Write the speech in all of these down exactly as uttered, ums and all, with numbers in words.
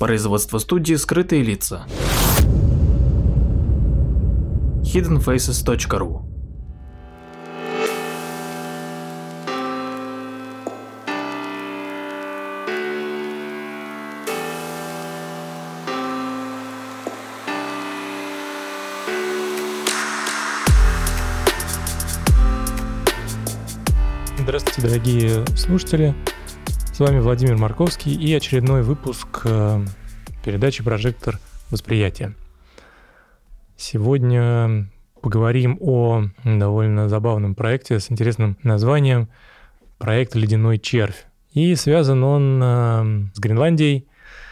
Производство студии «Скрытые лица». хидден фейсес точка ру. Здравствуйте, дорогие слушатели. С вами Владимир Марковский и очередной выпуск передачи «Прожектор восприятия». Сегодня поговорим о довольно забавном проекте с интересным названием «Проект «Ледяной червь». И связан он с Гренландией,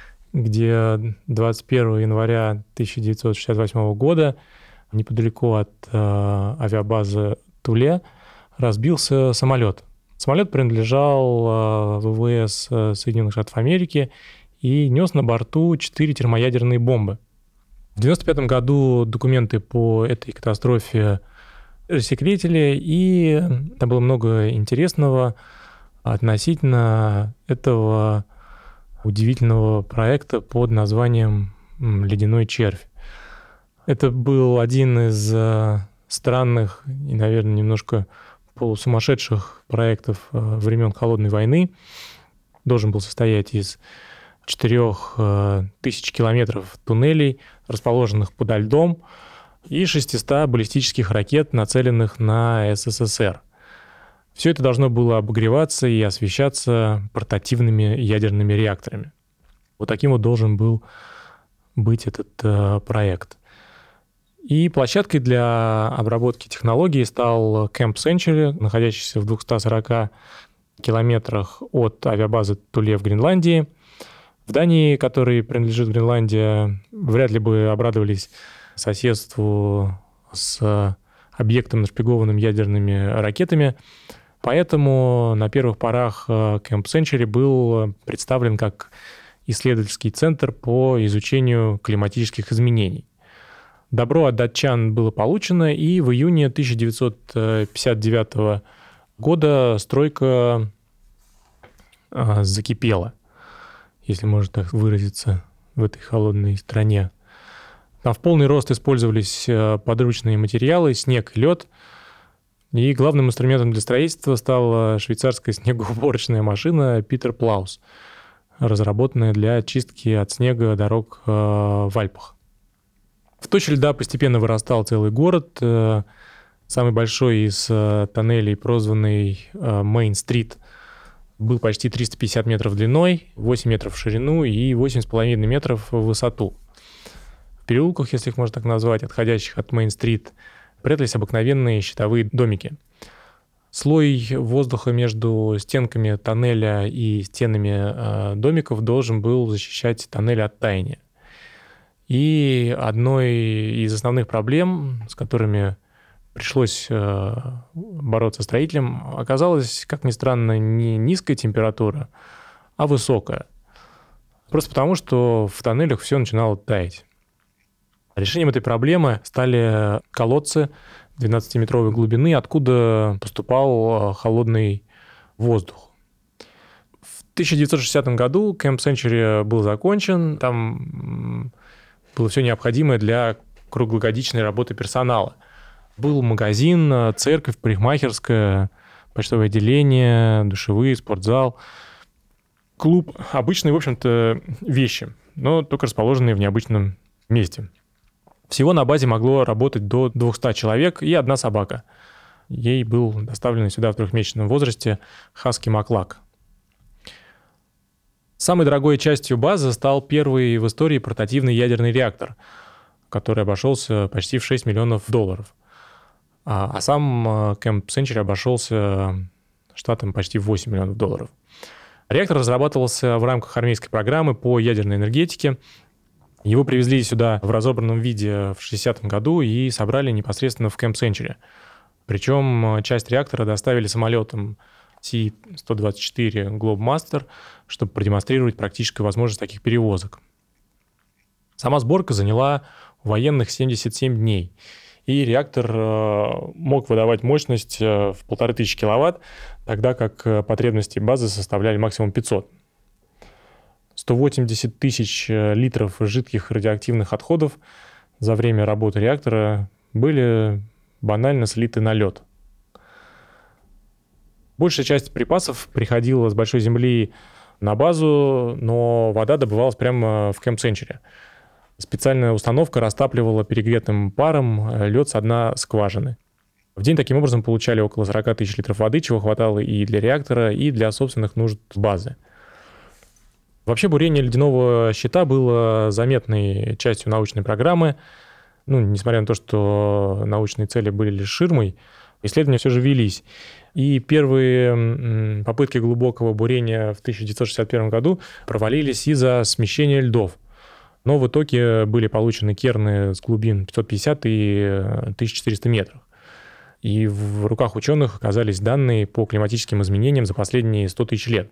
где двадцать первого января тысяча девятьсот шестьдесят восьмого года неподалеку от авиабазы Туле разбился самолет. Самолет принадлежал ВВС Соединенных Штатов Америки и нес на борту четыре термоядерные бомбы. В девяносто пятом году документы по этой катастрофе рассекретили, и там было много интересного относительно этого удивительного проекта под названием «Ледяной червь». Это был один из странных и, наверное, немножко полусумасшедших проектов времен Холодной войны. Должен был состоять из четырех тысяч километров туннелей, расположенных подо льдом, и шестисот баллистических ракет, нацеленных на СССР. Все это должно было обогреваться и освещаться портативными ядерными реакторами. Вот таким вот должен был быть этот э, проект. И площадкой для обработки технологий стал Camp Century, находящийся в двухстах сорока километрах от авиабазы Туле в Гренландии. В Дании, которой принадлежит Гренландия, вряд ли бы обрадовались соседству с объектом, нашпигованным ядерными ракетами. Поэтому на первых порах Camp Century был представлен как исследовательский центр по изучению климатических изменений. Добро от датчан было получено, и в июне тысяча девятьсот пятьдесят девятого года стройка закипела, если можно так выразиться, в этой холодной стране. Там в полный рост использовались подручные материалы, снег и лед, и главным инструментом для строительства стала швейцарская снегоуборочная машина Питер Плаус, разработанная для очистки от снега дорог в Альпах. В точке льда постепенно вырастал целый город. Самый большой из тоннелей, прозванный Мейн-стрит, был почти триста пятьдесят метров длиной, восемь метров в ширину и восемь с половиной метров в высоту. В переулках, если их можно так назвать, отходящих от Мейн-стрит, прятались обыкновенные щитовые домики. Слой воздуха между стенками тоннеля и стенами домиков должен был защищать тоннель от таяния. И одной из основных проблем, с которыми пришлось бороться строителям, оказалась, как ни странно, не низкая температура, а высокая. Просто потому, что в тоннелях все начинало таять. Решением этой проблемы стали колодцы двенадцатиметровой глубины, откуда поступал холодный воздух. В тысяча девятьсот шестидесятом году Camp Century был закончен. Там было все необходимое для круглогодичной работы персонала. Был магазин, церковь, парикмахерская, почтовое отделение, душевые, спортзал. Клуб. Обычные, в общем-то, вещи, но только расположенные в необычном месте. Всего на базе могло работать до двухсот человек и одна собака. Ей был доставлен сюда в трехмесячном возрасте хаски Маклак. Самой дорогой частью базы стал первый в истории портативный ядерный реактор, который обошелся почти в шесть миллионов долларов. А, а сам Camp Century обошелся штатам почти в восемь миллионов долларов. Реактор разрабатывался в рамках армейской программы по ядерной энергетике. Его привезли сюда в разобранном виде в шестидесятом году и собрали непосредственно в Camp Century. Причем часть реактора доставили самолетом Си сто двадцать четыре Globemaster, чтобы продемонстрировать практическую возможность таких перевозок. Сама сборка заняла у военных семьдесят семь дней, и реактор мог выдавать мощность в полторы тысячи киловатт, тогда как потребности базы составляли максимум пятьсот. сто восемьдесят тысяч литров жидких радиоактивных отходов за время работы реактора были банально слиты на лед. Большая часть припасов приходила с большой земли на базу, но вода добывалась прямо в Camp Century. Специальная установка растапливала перегретым паром лед с дна скважины. В день таким образом получали около сорок тысяч литров воды, чего хватало и для реактора, и для собственных нужд базы. Вообще бурение ледяного щита было заметной частью научной программы. Ну, несмотря на то, что научные цели были лишь ширмой, исследования все же велись. И первые попытки глубокого бурения в тысяча девятьсот шестьдесят первом году провалились из-за смещения льдов. Но в итоге были получены керны с глубин пятьсот пятьдесят и тысяча четыреста метров. И в руках ученых оказались данные по климатическим изменениям за последние сто тысяч лет.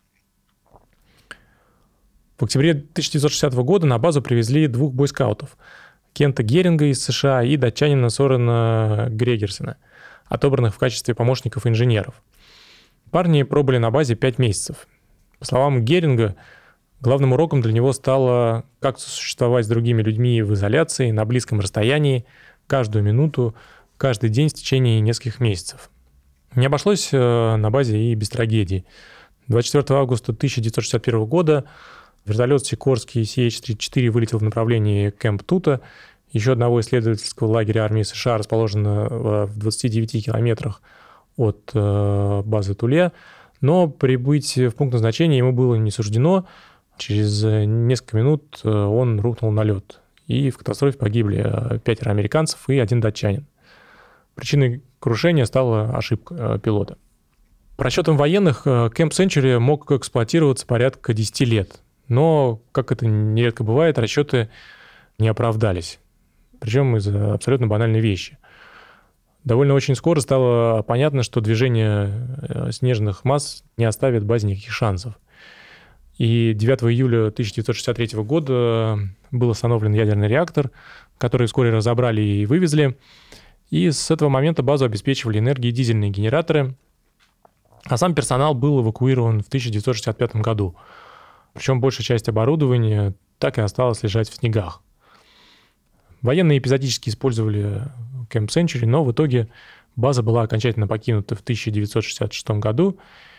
В октябре тысяча девятьсот шестидесятого года на базу привезли двух бойскаутов – Кента Геринга из США и датчанина Сорена Грегерсена, отобранных в качестве помощников инженеров. Парни пробыли на базе пять месяцев. По словам Геринга, главным уроком для него стало, как существовать с другими людьми в изоляции, на близком расстоянии, каждую минуту, каждый день в течение нескольких месяцев. Не обошлось на базе и без трагедии. двадцать четвёртого августа тысяча девятьсот шестьдесят первого года вертолет Сикорский Си Эйч тридцать четыре вылетел в направлении Кэмп Тута, еще одного исследовательского лагеря армии США, расположенного в двадцати девяти километрах от базы Туле, но прибыть в пункт назначения ему было не суждено. Через несколько минут он рухнул на лед, и в катастрофе погибли пятеро американцев и один датчанин. Причиной крушения стала ошибка пилота. По расчетам военных, Camp Century мог эксплуатироваться порядка десяти лет, но, как это нередко бывает, расчеты не оправдались, причем из-за абсолютно банальной вещи. Довольно очень скоро стало понятно, что движение снежных масс не оставит базе никаких шансов. И девятого июля тысяча девятьсот шестьдесят третьего года был установлен ядерный реактор, который вскоре разобрали и вывезли. И с этого момента базу обеспечивали энергией дизельные генераторы, а сам персонал был эвакуирован в тысяча девятьсот шестьдесят пятом году. Причем большая часть оборудования так и осталась лежать в снегах. Военные эпизодически использовали Camp Century, но в итоге база была окончательно покинута в тысяча девятьсот шестьдесят шестом году,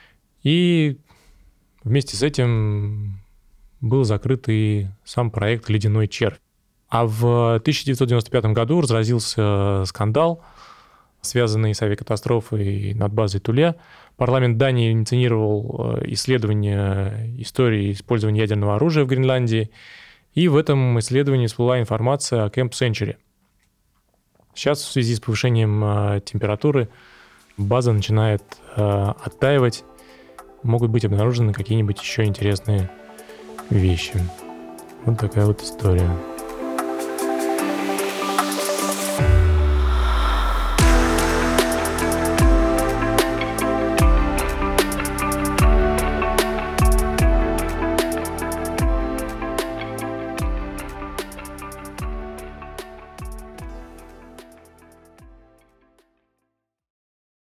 и вместе с этим был закрыт и сам проект «Ледяной червь». А в тысяча девятьсот девяносто пятом году разразился скандал, связанный с авиакатастрофой над базой Туле. Парламент Дании инициировал исследование истории использования ядерного оружия в Гренландии, и в этом исследовании всплыла информация о Camp Century. Сейчас в связи с повышением температуры база начинает оттаивать, могут быть обнаружены какие-нибудь еще интересные вещи. Вот такая вот история.